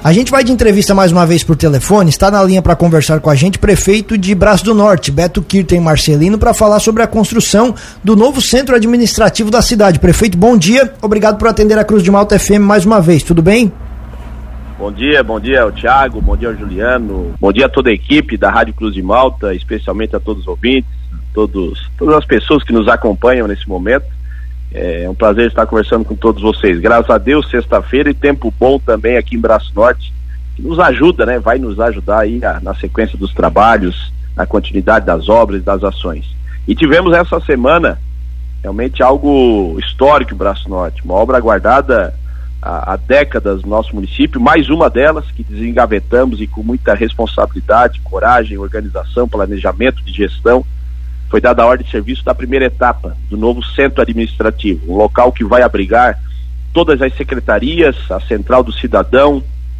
A gente vai de entrevista mais uma vez por telefone, está na linha para conversar com a gente prefeito de Braço do Norte, Beto Kirten Marcelino, para falar sobre a construção do novo centro administrativo da cidade. Prefeito, bom dia, obrigado por atender a Cruz de Malta FM mais uma vez, tudo bem? Bom dia ao Thiago, bom dia ao Juliano, bom dia a toda a equipe da Rádio Cruz de Malta, especialmente a todos os ouvintes, todas as pessoas que nos acompanham nesse momento. É um prazer estar conversando com todos vocês. Graças a Deus, sexta-feira e tempo bom também aqui em Braço Norte, que nos ajuda, né? Vai nos ajudar aí na sequência dos trabalhos, na continuidade das obras e das ações. E tivemos essa semana realmente algo histórico em Braço Norte, uma obra aguardada há décadas no nosso município, mais uma delas que desengavetamos e com muita responsabilidade, coragem, organização, planejamento de gestão. Foi dada a ordem de serviço da primeira etapa do novo centro administrativo, um local que vai abrigar todas as secretarias, a Central do Cidadão,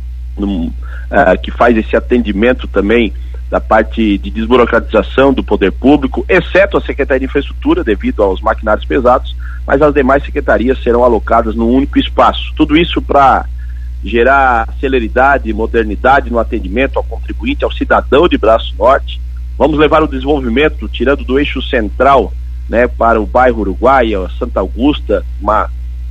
que faz esse atendimento também da parte de desburocratização do poder público, exceto a Secretaria de Infraestrutura, devido aos maquinários pesados, mas as demais secretarias serão alocadas num único espaço. Tudo isso para gerar celeridade e modernidade no atendimento ao contribuinte, ao cidadão de Braço Norte. Vamos levar o desenvolvimento, tirando do eixo central, né, para o bairro Uruguaia, Santa Augusta, uma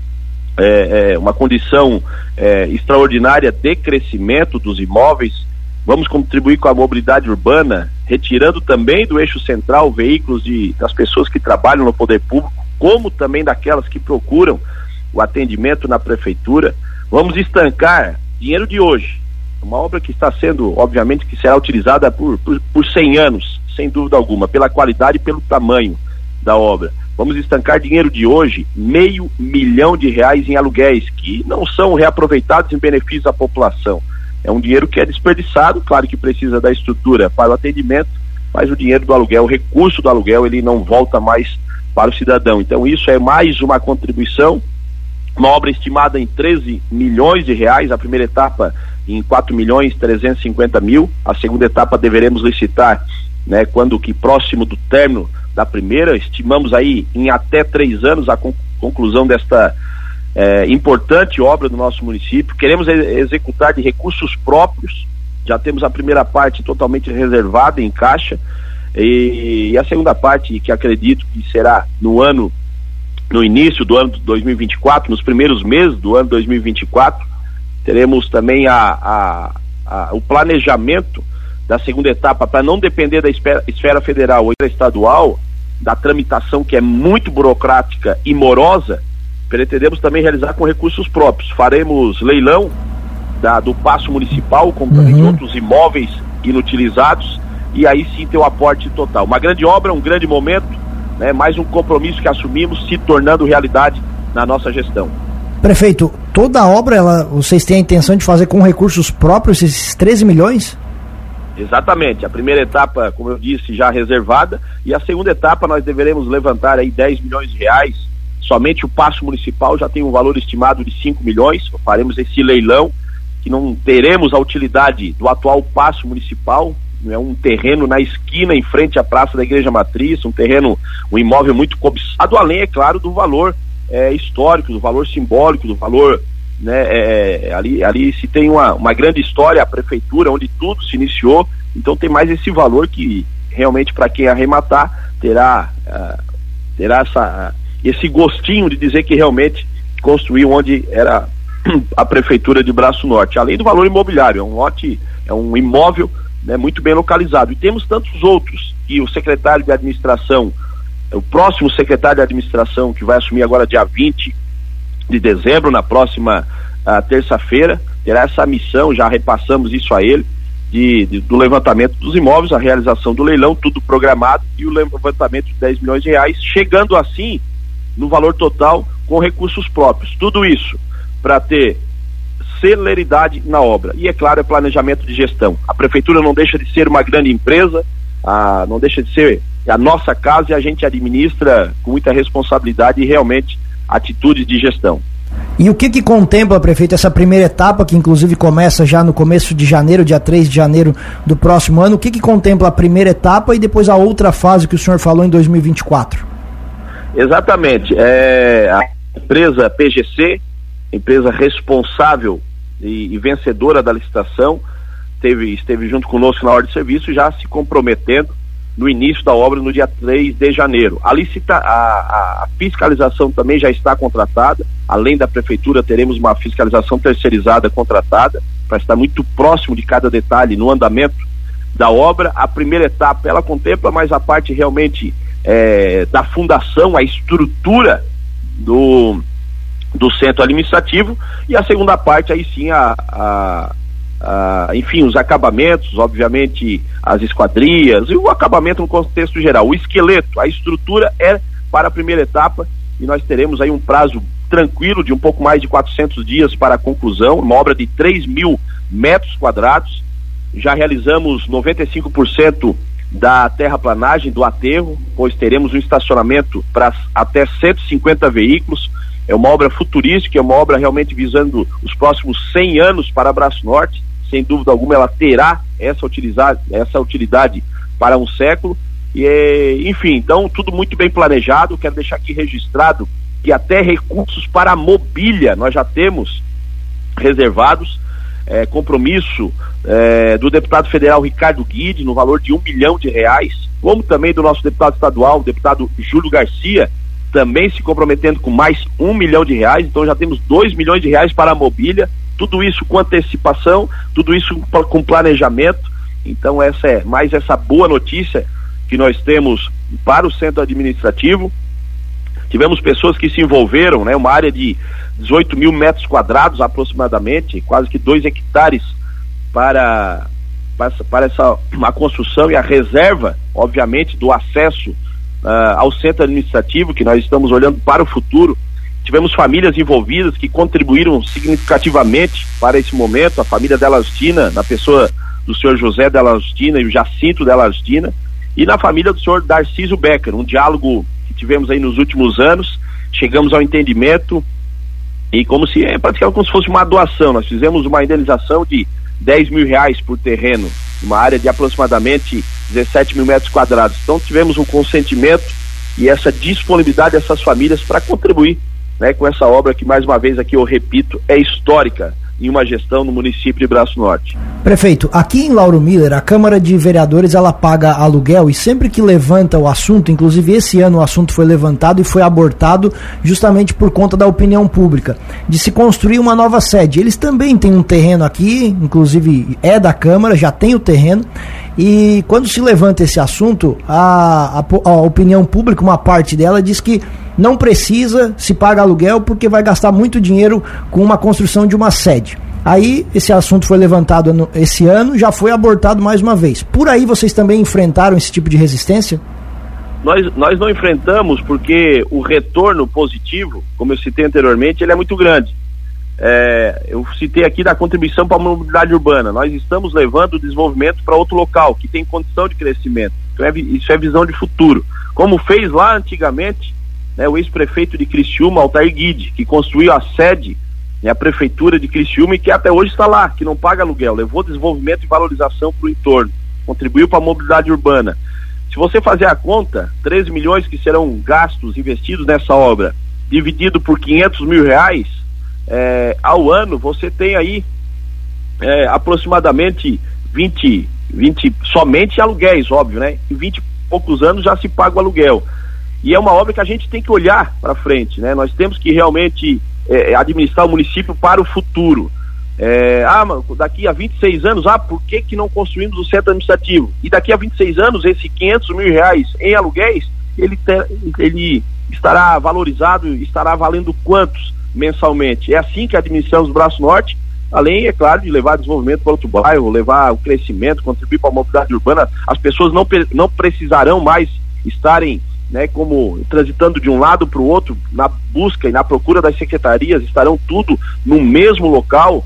condição extraordinária de crescimento dos imóveis. Vamos contribuir com a mobilidade urbana, retirando também do eixo central veículos das pessoas que trabalham no poder público, como também daquelas que procuram o atendimento na prefeitura. Vamos estancar dinheiro de hoje. Uma obra que está sendo, obviamente, que será utilizada por 100 anos, sem dúvida alguma, pela qualidade e pelo tamanho da obra. Vamos estancar dinheiro de hoje, R$500 milhão em aluguéis, que não são reaproveitados em benefício à população. É um dinheiro que é desperdiçado, claro que precisa da estrutura para o atendimento, mas o dinheiro do aluguel, o recurso do aluguel, ele não volta mais para o cidadão. Então isso é mais uma contribuição, uma obra estimada em R$13 milhões, a primeira etapa em R$4.350.000, a segunda etapa deveremos licitar, né, quando que próximo do término da primeira, estimamos aí em até 3 anos a conclusão desta importante obra do nosso município. Queremos executar de recursos próprios, já temos a primeira parte totalmente reservada em caixa, e a segunda parte, que acredito que será no início do ano de 2024, nos primeiros meses do ano 2024, teremos também o planejamento da segunda etapa, para não depender da esfera federal ou estadual, da tramitação que é muito burocrática e morosa. Pretendemos também realizar com recursos próprios. Faremos leilão do paço municipal, como também de outros imóveis inutilizados, e aí sim ter o aporte total. Uma grande obra, um grande momento, né? Mais um compromisso que assumimos, se tornando realidade na nossa gestão. Prefeito, toda a obra, vocês têm a intenção de fazer com recursos próprios, esses 13 milhões? Exatamente, a primeira etapa, como eu disse, já reservada, e a segunda etapa nós deveremos levantar aí R$10 milhões. Somente o paço municipal já tem um valor estimado de 5 milhões, faremos esse leilão, que não teremos a utilidade do atual paço municipal, é um terreno na esquina, em frente à Praça da Igreja Matriz, um imóvel muito cobiçado, além, é claro, do valor histórico, do valor simbólico, do valor, né, ali se tem uma grande história, a prefeitura, onde tudo se iniciou, então tem mais esse valor que realmente, para quem arrematar, terá esse gostinho de dizer que realmente construiu onde era a prefeitura de Braço Norte, além do valor imobiliário. É um lote, é um imóvel, né, muito bem localizado, e temos tantos outros que o secretário de administração, o próximo secretário de administração, que vai assumir agora dia 20 de dezembro, na próxima terça-feira, terá essa missão, já repassamos isso a ele, do levantamento dos imóveis, a realização do leilão, tudo programado, e o levantamento de R$10 milhões, chegando assim no valor total com recursos próprios. Tudo isso para ter celeridade na obra. E, é claro, é planejamento de gestão. A prefeitura não deixa de ser uma grande empresa, não deixa de ser a nossa casa, e a gente administra com muita responsabilidade e realmente atitudes de gestão. E o que contempla, prefeito, essa primeira etapa, que inclusive começa já no começo de janeiro, dia 3 de janeiro do próximo ano? O que contempla a primeira etapa e depois a outra fase que o senhor falou em 2024? Exatamente. A empresa PGC, empresa responsável e vencedora da licitação, esteve junto conosco na ordem de serviço, já se comprometendo no início da obra no dia 3 de janeiro. A fiscalização também já está contratada, além da prefeitura teremos uma fiscalização terceirizada contratada, para estar muito próximo de cada detalhe no andamento da obra. A primeira etapa ela contempla mais a parte realmente da fundação, a estrutura do centro administrativo, e a segunda parte aí sim enfim, os acabamentos, obviamente as esquadrias e o acabamento no contexto geral. O esqueleto, a estrutura é para a primeira etapa, e nós teremos aí um prazo tranquilo de um pouco mais de 400 dias para a conclusão, uma obra de 3.000 metros quadrados. Já realizamos 95% da terraplanagem do aterro, pois teremos um estacionamento para até 150 veículos. É uma obra futurística, é uma obra realmente visando os próximos 100 anos para Braço Norte. Sem dúvida alguma ela terá essa utilidade para um século. Enfim, então tudo muito bem planejado. Quero deixar aqui registrado que até recursos para a mobília nós já temos reservados. Compromisso do deputado federal Ricardo Guide no valor de R$1 milhão, como também do nosso deputado estadual, o deputado Júlio Garcia, também se comprometendo com mais R$1 milhão. Então já temos R$2 milhões para a mobília, tudo isso com antecipação, tudo isso com planejamento. Então essa é mais essa boa notícia que nós temos para o centro administrativo. Tivemos pessoas que se envolveram, né, uma área de 18.000 metros quadrados aproximadamente, quase que 2 hectares para a construção e a reserva, obviamente, do acesso ao centro administrativo, que nós estamos olhando para o futuro. Tivemos famílias envolvidas que contribuíram significativamente para esse momento, a família Della Justina, na pessoa do senhor José Della Justina e o Jacinto Della Justina, e na família do senhor Darciso Becker, um diálogo que tivemos aí nos últimos anos, chegamos ao entendimento, e praticamente como se fosse uma doação. Nós fizemos uma indenização de R$10 mil por terreno, uma área de aproximadamente 17.000 metros quadrados. Então tivemos um consentimento e essa disponibilidade dessas famílias para contribuir, né, com essa obra que, mais uma vez aqui eu repito, é histórica em uma gestão no município de Braço Norte. Prefeito, aqui em Lauro Miller, a Câmara de Vereadores ela paga aluguel, e sempre que levanta o assunto, inclusive esse ano o assunto foi levantado e foi abortado justamente por conta da opinião pública, de se construir uma nova sede. Eles também têm um terreno aqui, inclusive é da Câmara, já tem o terreno, e quando se levanta esse assunto, a opinião pública, uma parte dela, diz que não precisa se pagar aluguel porque vai gastar muito dinheiro com uma construção de uma sede. Aí esse assunto foi levantado esse ano, já foi abortado mais uma vez. Por aí vocês também enfrentaram esse tipo de resistência? Nós não enfrentamos porque o retorno positivo, como eu citei anteriormente, ele é muito grande. Eu citei aqui da contribuição para a mobilidade urbana. Nós estamos levando o desenvolvimento para outro local que tem condição de crescimento. Então, isso é visão de futuro. Como fez lá antigamente, né, o ex-prefeito de Criciúma, Altair Guide, que construiu a sede, né, a prefeitura de Criciúma, e que até hoje está lá, que não paga aluguel, levou desenvolvimento e valorização para o entorno, contribuiu para a mobilidade urbana. Se você fazer a conta, 13 milhões que serão gastos, investidos nessa obra, dividido por R$500 mil, ao ano, você tem aí aproximadamente 20 somente aluguéis, óbvio, né? Em 20 e poucos anos já se paga o aluguel. E é uma obra que a gente tem que olhar para frente, né? Nós temos que realmente administrar o município para o futuro. Daqui a 26 anos, por que não construímos o centro administrativo? E daqui a 26 anos, esse R$500 mil em aluguéis, ele estará valorizado, estará valendo quantos mensalmente? É assim que administramos o Braço Norte, além, é claro, de levar desenvolvimento para outro bairro, levar o crescimento, contribuir para a mobilidade urbana. As pessoas não precisarão mais estarem, né, como transitando de um lado para o outro, na busca e na procura das secretarias, estarão tudo no mesmo local.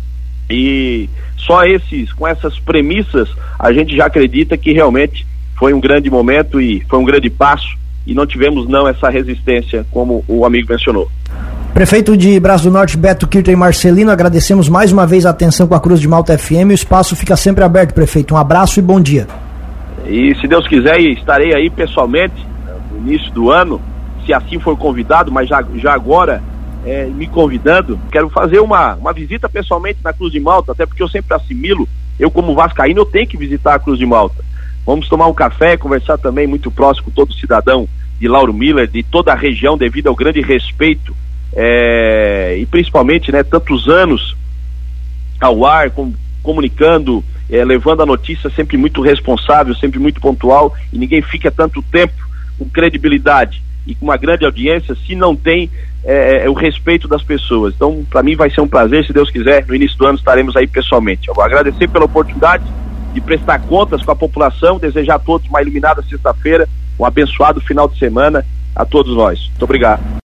E só com essas premissas, a gente já acredita que realmente foi um grande momento e foi um grande passo, e não tivemos essa resistência, como o amigo mencionou. Prefeito de Braço do Norte, Beto Kirten Marcelino, agradecemos mais uma vez a atenção com a Cruz de Malta FM. O espaço fica sempre aberto, prefeito. Um abraço e bom dia. E se Deus quiser, estarei aí pessoalmente no início do ano, se assim for convidado, mas já agora me convidando, quero fazer uma visita pessoalmente na Cruz de Malta, até porque eu sempre assimilo, eu como vascaíno, eu tenho que visitar a Cruz de Malta. Vamos tomar um café, conversar também muito próximo com todo cidadão de Lauro Miller, de toda a região, devido ao grande respeito, e principalmente, né, tantos anos ao ar, comunicando, levando a notícia sempre muito responsável, sempre muito pontual, e ninguém fica tanto tempo com credibilidade e com uma grande audiência se não tem o respeito das pessoas. Então, para mim vai ser um prazer, se Deus quiser, no início do ano estaremos aí pessoalmente. Eu vou agradecer pela oportunidade de prestar contas com a população, desejar a todos uma iluminada sexta-feira, um abençoado final de semana a todos nós. Muito obrigado.